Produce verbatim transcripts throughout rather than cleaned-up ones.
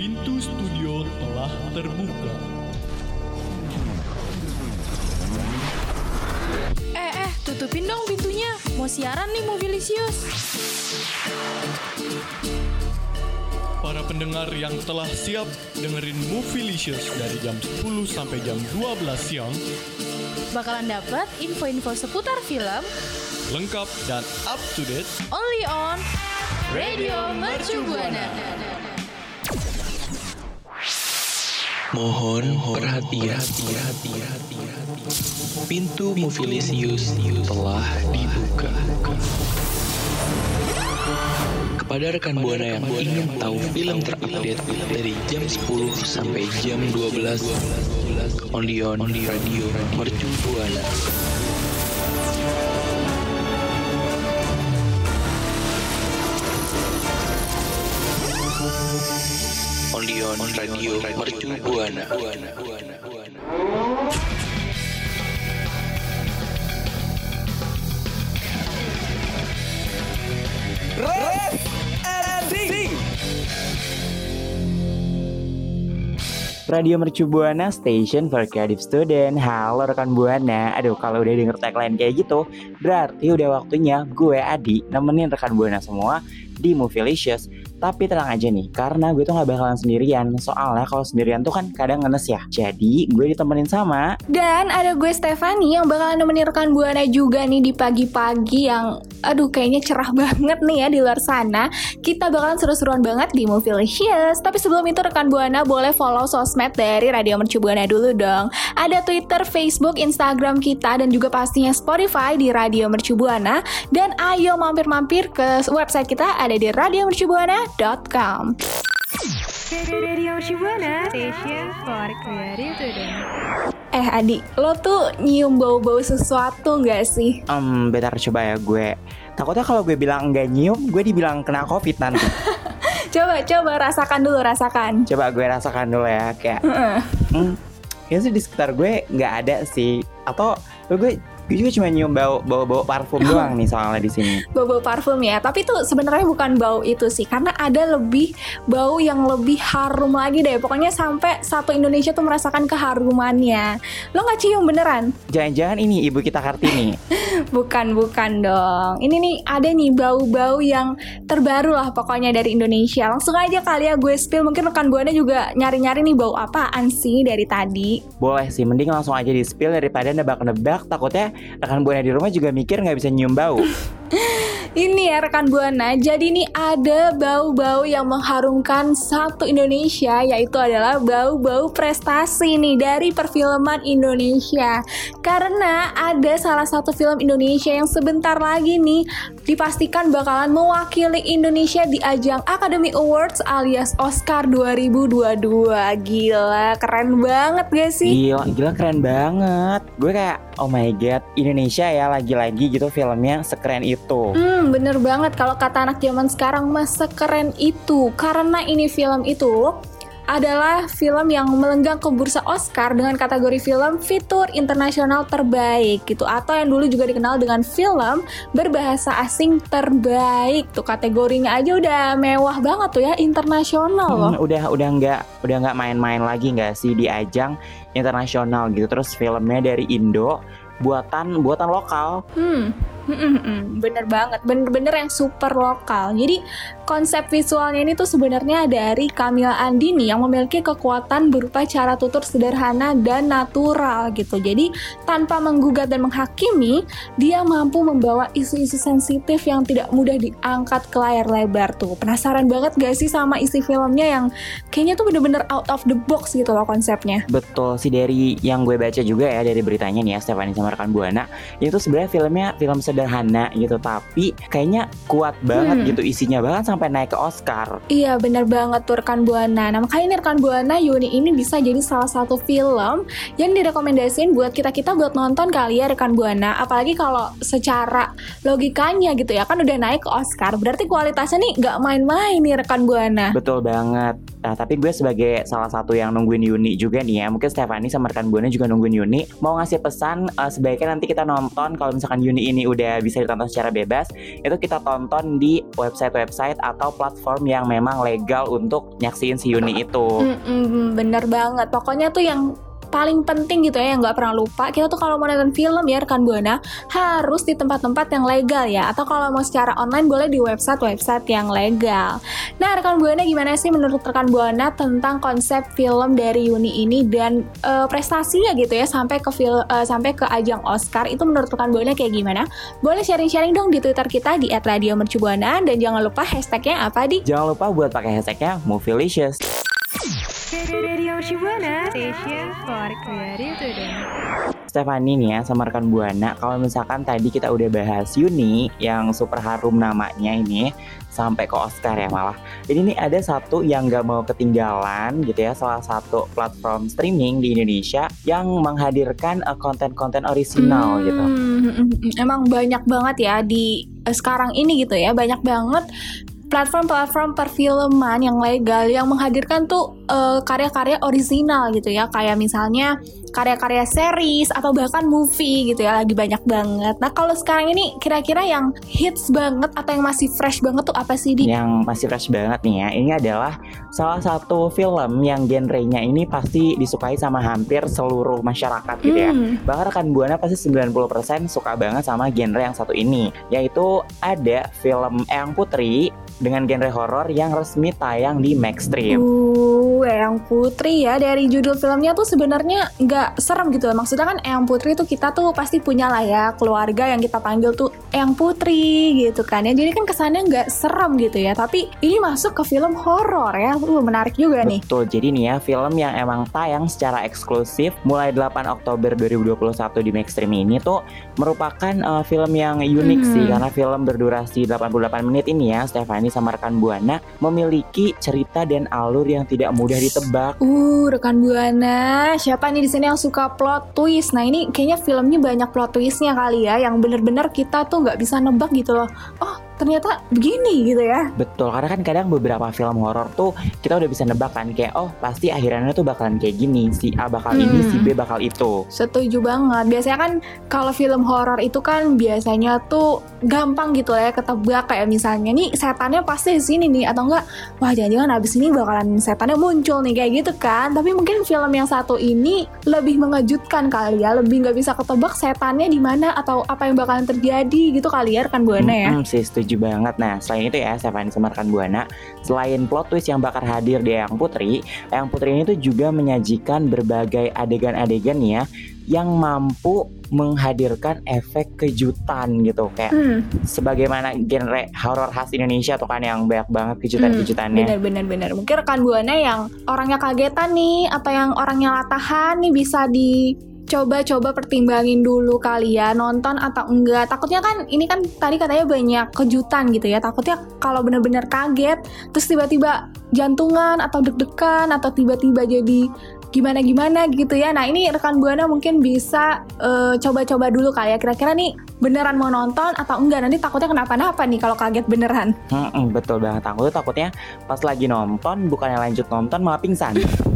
Pintu studio telah terbuka. Eh, eh, tutupin dong pintunya. Mau siaran nih Movilisius. Para pendengar yang telah siap dengerin Movilicious dari jam sepuluh sampai jam dua belas siang, Bakalan dapat info-info seputar film lengkap dan up to date only on Radio Mercu Buana. Mohon perhatian, perhatian. Pintu Movilisius telah dibuka. Kepada rekan Buana yang ingin tahu film terupdate dari jam sepuluh sampai jam dua belas, only on Radio Mercu Buana. Only on Radio Mercu Buana. Rest and sing. Radio Mercu Buana, Station for Creative Student. Halo rekan Buana. Aduh, kalau udah denger tagline kayak gitu, berarti udah waktunya gue Adi nemenin rekan Buana semua di Movilicious. Tapi tenang aja nih, karena gue tuh gak bakalan sendirian. Soalnya kalau sendirian tuh kan kadang ngenes ya. Jadi gue ditemenin sama Dan ada gue Stefani yang bakalan nemenin rekan Buana juga nih di pagi-pagi yang aduh kayaknya cerah banget nih ya di luar sana. Kita bakalan seru-seruan banget di Movilicious. Tapi sebelum itu rekan Buana boleh follow sosmed dari Radio Mercu Buana dulu dong. Ada Twitter, Facebook, Instagram kita, dan juga pastinya Spotify di Radio Mercu Buana. Dan ayo mampir-mampir ke website kita ada di radio mercu buana dot com. Radio Mercu Buana, Station for Creative Student. Eh Adi, lo tuh nyium bau-bau sesuatu gak sih? Hmm, bentar coba ya gue. Takutnya kalau gue bilang enggak nyium, gue dibilang kena covid nanti. Coba, coba rasakan dulu, rasakan. Coba gue rasakan dulu ya. Kayak hmm, kayaknya sih di sekitar gue nggak ada sih. Atau gue Gue juga cuma nyium bau bau bau parfum doang nih soalnya di sini. Bau-bau parfum ya, tapi tuh sebenarnya bukan bau itu sih, karena ada lebih bau yang lebih harum lagi deh. Pokoknya sampai satu Indonesia tuh merasakan keharumannya. Lo nggak cium beneran? Jangan-jangan ini ibu kita Kartini. Bukan, bukan dong. Ini nih ada nih bau-bau yang terbaru lah pokoknya dari Indonesia. Langsung aja kali ya gue spill. Mungkin rekan Buana juga nyari-nyari nih bau apaan sih dari tadi. Boleh sih, mending langsung aja di spill daripada nebak-nebak. Takutnya rekan Buana di rumah juga mikir nggak bisa nyium bau. Ini ya rekan Buana, jadi nih ada bau-bau yang mengharumkan satu Indonesia, yaitu adalah bau-bau prestasi nih dari perfilman Indonesia. Karena ada salah satu film Indonesia yang sebentar lagi nih dipastikan bakalan mewakili Indonesia di ajang Academy Awards alias Oscar dua ribu dua puluh dua. Gila, keren banget gak sih? Gila, gila keren banget. Gue kayak oh my god, Indonesia ya lagi-lagi gitu filmnya sekeren itu. Hmm, bener banget kalau kata anak zaman sekarang mas sekeren itu. Karena ini film itu adalah film yang melenggang ke bursa Oscar dengan kategori film fitur internasional terbaik gitu, atau yang dulu juga dikenal dengan film berbahasa asing terbaik. Tuh kategorinya aja udah mewah banget tuh ya, internasional loh. Hmm, udah udah nggak udah nggak main-main lagi nggak sih di ajang internasional gitu. Terus filmnya dari Indo, buatan buatan lokal. Hmm. Bener banget, bener-bener yang super lokal. Jadi konsep visualnya ini tuh sebenarnya dari Camilla Andini yang memiliki kekuatan berupa cara tutur sederhana dan natural gitu. Jadi tanpa menggugat dan menghakimi, dia mampu membawa isu-isu sensitif yang tidak mudah diangkat ke layar lebar tuh. Penasaran banget gak sih sama isi filmnya yang kayaknya tuh bener-bener out of the box gitu loh konsepnya. Betul sih, dari yang gue baca juga ya dari beritanya nih ya, Stefani sama rekan Buana, itu sebenarnya filmnya film sederhana gitu, tapi kayaknya kuat banget hmm. gitu isinya, bahkan sampai naik ke Oscar. Iya benar banget tuh rekan Buana. Nah makanya nih rekan Buana, Yuni ini bisa jadi salah satu film yang direkomendasiin buat kita-kita buat nonton kali ya rekan Buana. Apalagi kalau secara logikanya gitu ya, kan udah naik ke Oscar, berarti kualitasnya nih gak main-main nih rekan Buana. Betul banget. Nah tapi gue sebagai salah satu yang nungguin Yuni juga nih ya, mungkin Stefani sama rekan Buana juga nungguin Yuni, mau ngasih pesan uh, sebaiknya nanti kita nonton kalau misalkan Yuni ini udah udah bisa ditonton secara bebas, itu kita tonton di website-website atau platform yang memang legal untuk nyaksiin si Uni itu. Mm-mm, bener banget. Pokoknya tuh yang paling penting gitu ya, yang nggak pernah lupa, kita tuh kalau mau nonton film ya rekan Buana harus di tempat-tempat yang legal ya, atau kalau mau secara online boleh di website-website yang legal. Nah rekan Buana, gimana sih menurut rekan Buana tentang konsep film dari Uni ini dan uh, prestasinya gitu ya sampai ke fil- uh, sampai ke ajang Oscar, itu menurut rekan Buana kayak gimana? Boleh sharing-sharing dong di Twitter kita di et radio mercubuana, dan jangan lupa hashtagnya apa di? Jangan lupa buat pakai hashtagnya Movielicious. Radio Shibuana, station for creative today. Stephanie nih ya sama rekan Buana, kalau misalkan tadi kita udah bahas Uni yang super harum namanya ini sampai ke Oscar ya malah. Ini nih ada satu yang gak mau ketinggalan gitu ya, salah satu platform streaming di Indonesia yang menghadirkan uh, konten-konten orisinal hmm, gitu. Emang banyak banget ya di uh, sekarang ini gitu ya, banyak banget platform-platform perfilman yang legal yang menghadirkan tuh uh, karya-karya orisinal gitu ya, kayak misalnya karya-karya series atau bahkan movie gitu ya, lagi banyak banget. Nah kalau sekarang ini kira-kira yang hits banget atau yang masih fresh banget tuh apa sih, Di? Yang masih fresh banget nih ya, ini adalah salah satu film yang genrenya ini pasti disukai sama hampir seluruh masyarakat gitu ya. Hmm. Bahkan rekan Buana pasti sembilan puluh persen suka banget sama genre yang satu ini, yaitu ada film Eyang Putri dengan genre horor yang resmi tayang di Maxstream. Uh, Eyang Putri ya, dari judul filmnya tuh sebenarnya nggak serem gitu. Maksudnya kan Eyang Putri tuh kita tuh pasti punya lah ya keluarga yang kita panggil tuh Eyang Putri gitu kan ya. Jadi kan kesannya nggak serem gitu ya. Tapi ini masuk ke film horor ya. Uh, menarik juga nih. Betul, jadi nih ya film yang emang tayang secara eksklusif mulai delapan Oktober dua ribu dua puluh satu di Maxstream ini tuh merupakan uh, film yang unik hmm. sih, karena film berdurasi delapan puluh delapan menit ini ya, Stephanie sama rekan Buana memiliki cerita dan alur yang tidak mudah ditebak. Uh, rekan Buana, siapa nih di sini yang suka plot twist? Nah ini kayaknya filmnya banyak plot twistnya kali ya, yang bener-bener kita tuh nggak bisa nebak gitu loh. Oh ternyata begini gitu ya. Betul, karena kan kadang beberapa film horor tuh kita udah bisa nebak kan, kayak oh pasti akhirannya tuh bakalan kayak gini, si A bakal hmm. ini, si B bakal itu. Setuju banget. Biasanya kan kalau film horor itu kan biasanya tuh gampang gitu lah ya ketebak, kayak misalnya nih setannya pasti di sini nih, atau enggak wah jangan-jangan abis ini bakalan setannya muncul nih kayak gitu kan. Tapi mungkin film yang satu ini lebih mengejutkan kali ya, lebih nggak bisa ketebak setannya di mana atau apa yang bakalan terjadi gitu kali ya rekan Buana ya. Hmm, sih setuju banget. Nah selain itu ya Stephanie sama rekan Buana, selain plot twist yang bakal hadir di Eyang Putri, Eyang Putri ini tuh juga menyajikan berbagai adegan-adegan ya yang mampu menghadirkan efek kejutan gitu, kayak hmm. sebagaimana genre horor khas Indonesia tuh kan yang banyak banget kejutan-kejutannya. Hmm, bener-bener bener. Mungkin rekan Buana yang orangnya kagetan nih atau yang orangnya latahan nih bisa di coba-coba pertimbangin dulu kali ya, nonton atau enggak. Takutnya kan ini kan tadi katanya banyak kejutan gitu ya, takutnya kalau benar-benar kaget terus tiba-tiba jantungan atau deg-degan atau tiba-tiba jadi gimana-gimana gitu ya. Nah ini rekan Buana mungkin bisa uh, coba-coba dulu kali ya, kira-kira nih beneran mau nonton atau enggak, nanti takutnya kenapa-napa nih kalau kaget beneran. Hmm, betul banget, aku tuh takutnya pas lagi nonton bukannya lanjut nonton malah pingsan.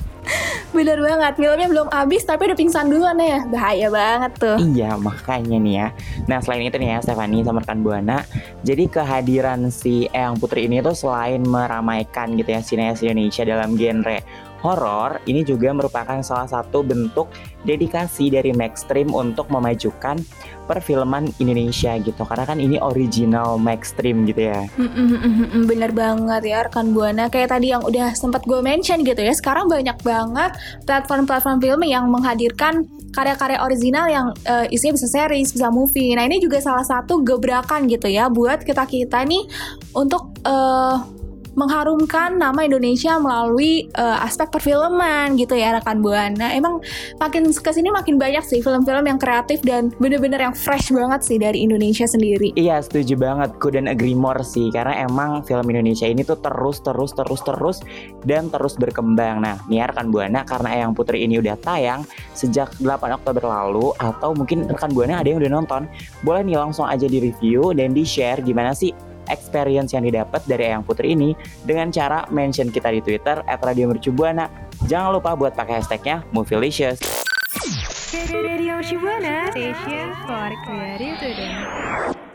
Bener banget, filmnya belum habis tapi udah pingsan duluan ya, bahaya banget tuh. Iya makanya nih ya. Nah selain itu nih ya Stephanie sama rekan Buana, jadi kehadiran si Eyang Putri ini tuh selain meramaikan gitu ya sineas Indonesia dalam genre horor, ini juga merupakan salah satu bentuk dedikasi dari Maxstream untuk memajukan perfilman Indonesia gitu, karena kan ini original Maxstream gitu ya. Mm-mm, bener banget ya rekan Buana, kayak tadi yang udah sempat gue mention gitu ya, sekarang banyak banget platform-platform film yang menghadirkan karya-karya original yang uh, isinya bisa series, bisa movie. Nah ini juga salah satu gebrakan gitu ya buat kita-kita nih untuk uh, mengharumkan nama Indonesia melalui uh, aspek perfilman gitu ya rekan Buana. Emang makin kesini makin banyak sih film-film yang kreatif dan bener-bener yang fresh banget sih dari Indonesia sendiri. Iya setuju banget, couldn't agree more sih, karena emang film Indonesia ini tuh terus terus terus terus dan terus berkembang. Nah nih rekan Buana, karena Eyang Putri ini udah tayang sejak delapan Oktober lalu, atau mungkin rekan Buana ada yang udah nonton, boleh nih langsung aja di review dan di share gimana sih experience yang didapat dari Eyang Putri ini dengan cara mention kita di Twitter et radio mercubuana. Jangan lupa buat pakai hashtagnya Movielicious. Radio Shibuana, station for creative today.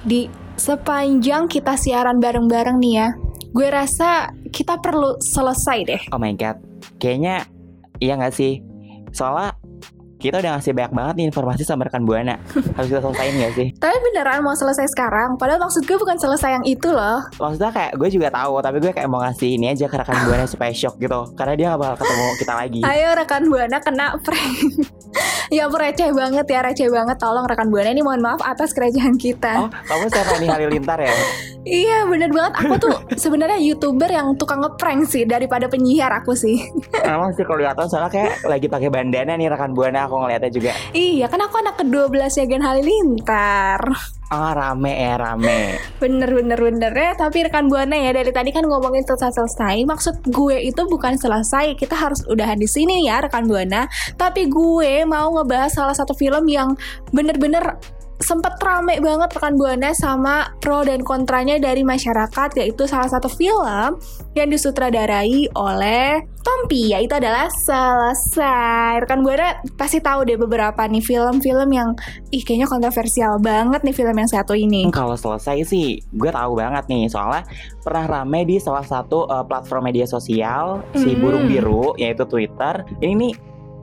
Di sepanjang kita siaran bareng-bareng nih ya, gue rasa kita perlu selesai deh. Oh my god, kayaknya iya gak sih? Soalnya kita udah ngasih banyak banget nih informasi sama rekan Buana. Harus kita selesain gak sih? Tapi beneran mau selesai sekarang? Padahal maksud gue bukan selesai yang itu loh. Maksudnya kayak gue juga tahu, tapi gue kayak mau ngasih ini aja ke rekan Buana supaya shock gitu. Karena dia gak bakal ketemu kita lagi. Ayo rekan Buana kena prank. Ya ampun, receh banget ya, receh banget. Tolong rekan Buana ini mohon maaf atas kerecehan kita. Oh, kamu Stephanie Halilintar ya? Iya bener banget. Aku tuh sebenarnya YouTuber yang tukang ngeprank sih daripada penyiar aku sih. Emang sih kelihatan soalnya kayak lagi pakai bandana nih rekan Buana, aku ngeliatnya juga. Iya kan aku anak kedua belas ya Gen Halilintar. Ah rame ya rame. Bener bener bener ya. Tapi rekan Buana ya, dari tadi kan ngomongin selesai-selesai. Maksud gue itu bukan selesai, kita harus udahan di sini ya rekan Buana. Tapi gue mau ngebahas salah satu film yang bener-bener sempet rame banget rekan Buana sama pro dan kontranya dari masyarakat, yaitu salah satu film yang disutradarai oleh Tompi, yaitu adalah Selesai. Rekan Buana pasti tahu deh beberapa nih film-film yang ih kayaknya kontroversial banget nih film yang satu ini. Kalau Selesai sih gue tahu banget nih, soalnya pernah rame di salah satu uh, platform media sosial si Hmm. burung biru, yaitu Twitter. Ini nih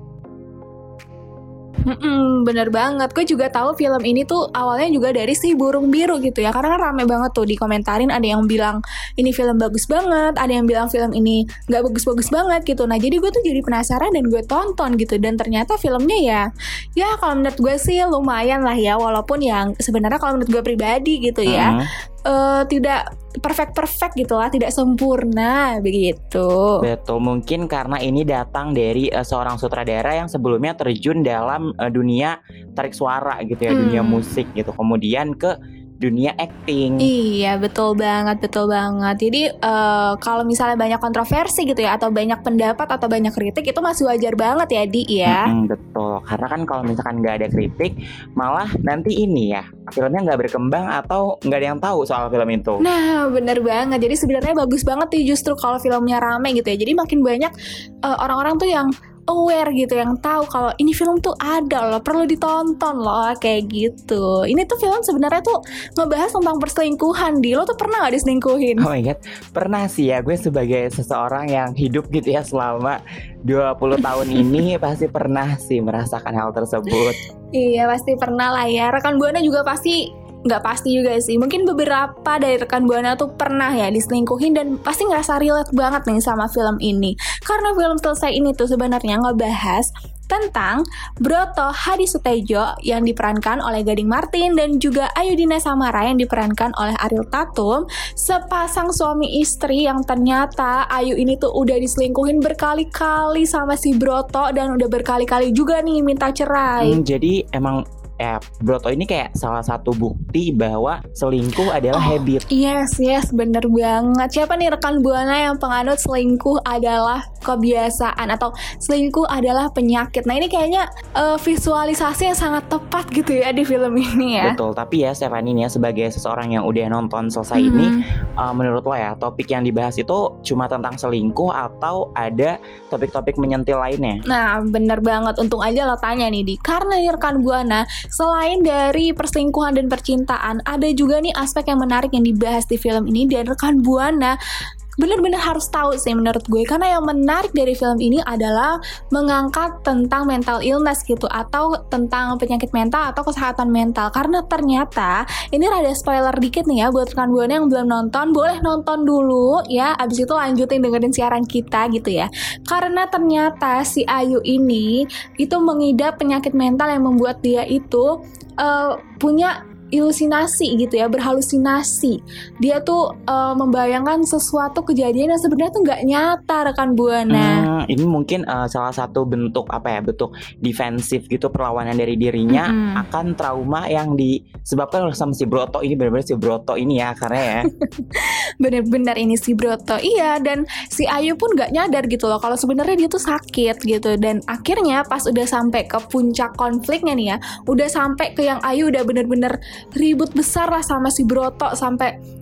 Mm-mm, bener banget. Gue juga tahu film ini tuh awalnya juga dari si burung biru gitu ya. Karena kan rame banget tuh dikomentarin. Ada yang bilang ini film bagus banget, ada yang bilang film ini gak bagus-bagus banget gitu. Nah jadi gue tuh jadi penasaran dan gue tonton gitu. Dan ternyata filmnya ya Ya kalau menurut gue sih lumayan lah ya. Walaupun yang sebenarnya kalau menurut gue pribadi gitu ya, hmm. uh, tidak perfect-perfect gitu lah, tidak sempurna begitu. Betul, mungkin karena ini datang dari uh, seorang sutradara yang sebelumnya terjun dalam uh, dunia tarik suara gitu ya, Hmm. dunia musik gitu. Kemudian ke dunia acting. Iya betul banget, betul banget. Jadi uh, kalau misalnya banyak kontroversi gitu ya, atau banyak pendapat atau banyak kritik, itu masih wajar banget ya Di ya. Mm-mm, betul, karena kan kalau misalkan nggak ada kritik, malah nanti ini ya filmnya nggak berkembang atau nggak ada yang tahu soal film itu. Nah bener banget. Jadi sebenarnya bagus banget tuh justru kalau filmnya rame gitu ya. Jadi makin banyak uh, orang-orang tuh yang aware gitu, yang tahu kalau ini film tuh ada loh, perlu ditonton loh, kayak gitu. Ini tuh film sebenarnya tuh ngebahas tentang perselingkuhan. Di lo tuh pernah gak diselingkuhin? Oh my god, pernah sih ya, gue sebagai seseorang yang hidup gitu ya selama dua puluh tahun ini pasti pernah sih merasakan hal tersebut. Iya pasti pernah lah ya. Rekan Buana juga pasti, nggak pasti juga sih, mungkin beberapa dari rekan Buana tuh pernah ya diselingkuhin dan pasti ngerasa relate banget nih sama film ini. Karena film Selesai ini tuh sebenarnya ngebahas tentang Broto Hadisutejo yang diperankan oleh Gading Martin dan juga Ayudhita Samara yang diperankan oleh Ariel Tatum, sepasang suami istri yang ternyata Ayu ini tuh udah diselingkuhin berkali-kali sama si Broto dan udah berkali-kali juga nih minta cerai. Hmm, jadi emang eh, Broto ini kayak salah satu bukti bahwa selingkuh adalah Oh, habit. Yes, yes, bener banget. Siapa nih rekan Buana yang penganut selingkuh adalah kebiasaan atau selingkuh adalah penyakit? Nah ini kayaknya uh, visualisasi yang sangat tepat gitu ya di film ini ya. Betul, tapi ya Stephanie nih ya, sebagai seseorang yang udah nonton Selesai Mhm. ini, uh, menurut lo ya topik yang dibahas itu cuma tentang selingkuh atau ada topik-topik menyentil lainnya? Nah bener banget, untung aja lo tanya nih Di. Karena nih rekan Buana, selain dari perselingkuhan dan percintaan, ada juga nih aspek yang menarik yang dibahas di film ini. Dan rekan Buana bener-bener harus tahu sih menurut gue, karena yang menarik dari film ini adalah mengangkat tentang mental illness gitu, atau tentang penyakit mental atau kesehatan mental. Karena ternyata ini rada spoiler dikit nih ya buat rekan Buana yang belum nonton, boleh nonton dulu ya, abis itu lanjutin dengerin siaran kita gitu ya. Karena ternyata si Ayu ini itu mengidap penyakit mental yang membuat dia itu uh, punya ilusinasi gitu ya, berhalusinasi. Dia tuh uh, membayangkan sesuatu kejadian yang sebenarnya tuh nggak nyata rekan Buana. Hmm, ini mungkin uh, salah satu bentuk apa ya, bentuk defensif gitu, perlawanan dari dirinya Mm-mm. akan trauma yang disebabkan oleh sama si Broto ini. Benar-benar si Broto ini ya, karena ya Bener-bener ini si Broto. Iya, dan si Ayu pun nggak nyadar gitu loh kalau sebenarnya dia tuh sakit gitu. Dan akhirnya pas udah sampai ke puncak konfliknya nih ya, udah sampai ke yang Ayu udah bener-bener ribut besar lah sama si Broto, sampai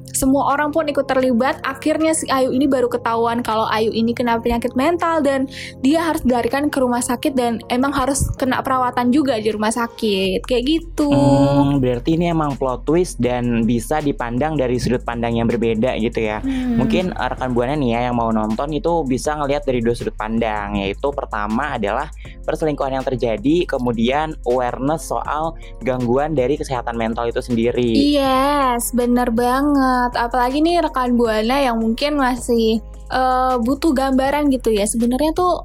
semua orang pun ikut terlibat. Akhirnya si Ayu ini baru ketahuan kalau Ayu ini kena penyakit mental dan dia harus dilarikan ke rumah sakit dan emang harus kena perawatan juga di rumah sakit kayak gitu. Hmm, berarti ini emang plot twist dan bisa dipandang dari sudut pandang yang berbeda gitu ya. Hmm. Mungkin uh, rekan Buana nih ya yang mau nonton itu bisa ngelihat dari dua sudut pandang, yaitu pertama adalah perselingkuhan yang terjadi, kemudian awareness soal gangguan dari kesehatan mental itu sendiri. Yes, bener banget. Apalagi nih rekan Buana yang mungkin masih uh, butuh gambaran gitu ya. Sebenarnya tuh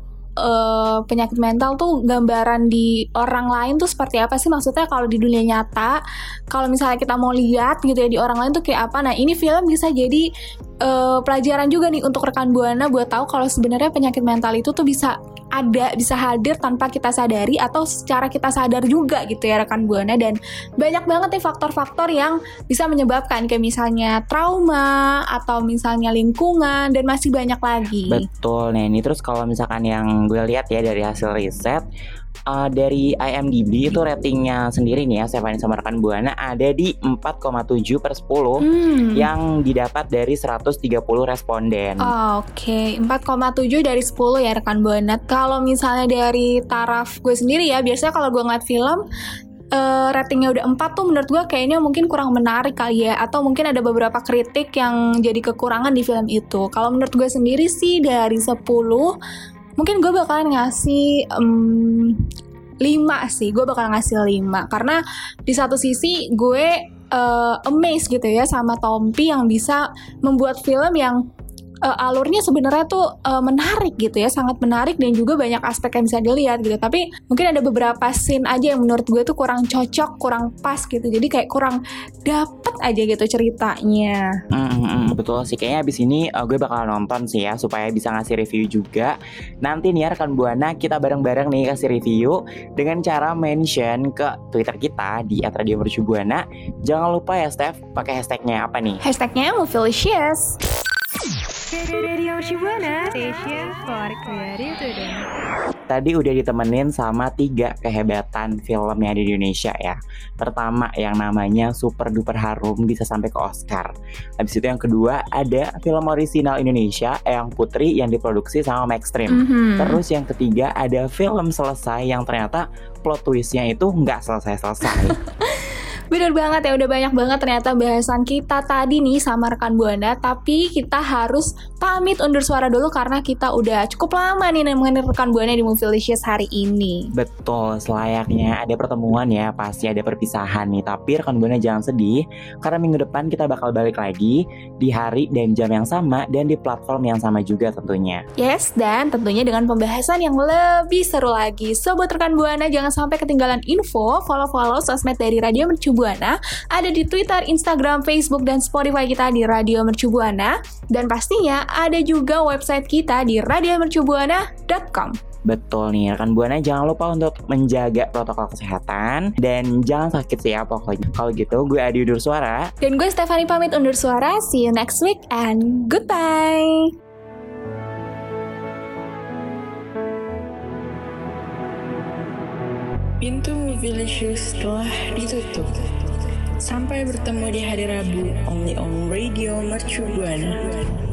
uh, penyakit mental tuh gambaran di orang lain tuh seperti apa sih? Maksudnya kalau di dunia nyata, kalau misalnya kita mau lihat gitu ya di orang lain tuh kayak apa. Nah ini film bisa jadi uh, pelajaran juga nih untuk rekan Buana buat tahu kalau sebenarnya penyakit mental itu tuh bisa ada, bisa hadir tanpa kita sadari atau secara kita sadar juga gitu ya rekan Buana. Dan banyak banget nih faktor-faktor yang bisa menyebabkan kayak misalnya trauma atau misalnya lingkungan dan masih banyak lagi. Betul. Nah ini terus kalau misalkan yang gue lihat ya dari hasil riset, Uh, dari I M D B itu ratingnya sendiri nih ya Stephanie sama rekan Buana ada di empat koma tujuh per sepuluh hmm. yang didapat dari seratus tiga puluh responden. Oh, Oke, okay. empat koma tujuh dari sepuluh ya rekan Buana. Kalau misalnya dari taraf gue sendiri ya, biasanya kalau gue ngeliat film uh, ratingnya udah empat tuh menurut gue kayaknya mungkin kurang menarik kali ya, atau mungkin ada beberapa kritik yang jadi kekurangan di film itu. Kalau menurut gue sendiri sih dari sepuluh mungkin gue bakalan ngasih um, lima sih. Gue bakalan ngasih lima karena di satu sisi gue uh, amazed gitu ya sama Tompi yang bisa membuat film yang uh, alurnya sebenarnya tuh uh, menarik gitu ya, sangat menarik dan juga banyak aspek yang bisa dilihat gitu. Tapi mungkin ada beberapa scene aja yang menurut gue tuh kurang cocok, kurang pas gitu. Jadi kayak kurang dapet aja gitu ceritanya. Hmm, betul sih, kayaknya abis ini uh, gue bakal nonton sih ya supaya bisa ngasih review juga. Nanti nih ya rekan Buana, kita bareng-bareng nih kasih review dengan cara mention ke Twitter kita di at radio mercubuana. Jangan lupa ya Steph, pakai hashtagnya apa nih? Hashtagnya Movielicious. Radio Mercubuana, station for creative student. Tadi udah ditemenin sama tiga kehebatan film yang ada di Indonesia ya. Pertama yang namanya Super Duper Harum bisa sampai ke Oscar. Habis itu yang kedua ada film orisinal Indonesia Eyang Putri yang diproduksi sama Maxstream. Mm-hmm. Terus yang ketiga ada film Selesai yang ternyata plot twistnya itu nggak selesai-selesai. Bener banget ya, udah banyak banget ternyata bahasan kita tadi nih sama rekan Buana. Tapi kita harus pamit undur suara dulu karena kita udah cukup lama nih nemenin rekan Buana di Movielicious hari ini. Betul, selayaknya ada pertemuan ya, pasti ada perpisahan nih. Tapi rekan Buana jangan sedih, karena minggu depan kita bakal balik lagi di hari dan jam yang sama dan di platform yang sama juga tentunya. Yes, dan tentunya dengan pembahasan yang lebih seru lagi. So buat rekan Buana jangan sampai ketinggalan info, follow-follow sosmed dari Radio Mercubuana. Ada di Twitter, Instagram, Facebook, dan Spotify kita di Radio Mercubuana. Dan pastinya ada juga website kita di radio mercubuana dot com. Betul nih rekan Buana, jangan lupa untuk menjaga protokol kesehatan dan jangan sakit sih ya pokoknya. Kalau gitu gue Adi undur suara. Dan gue Stephanie pamit undur suara. See you next week and goodbye. Pintu Movielicious telah ditutup. Sampai bertemu di hari Rabu, only on Radio Mercubuana.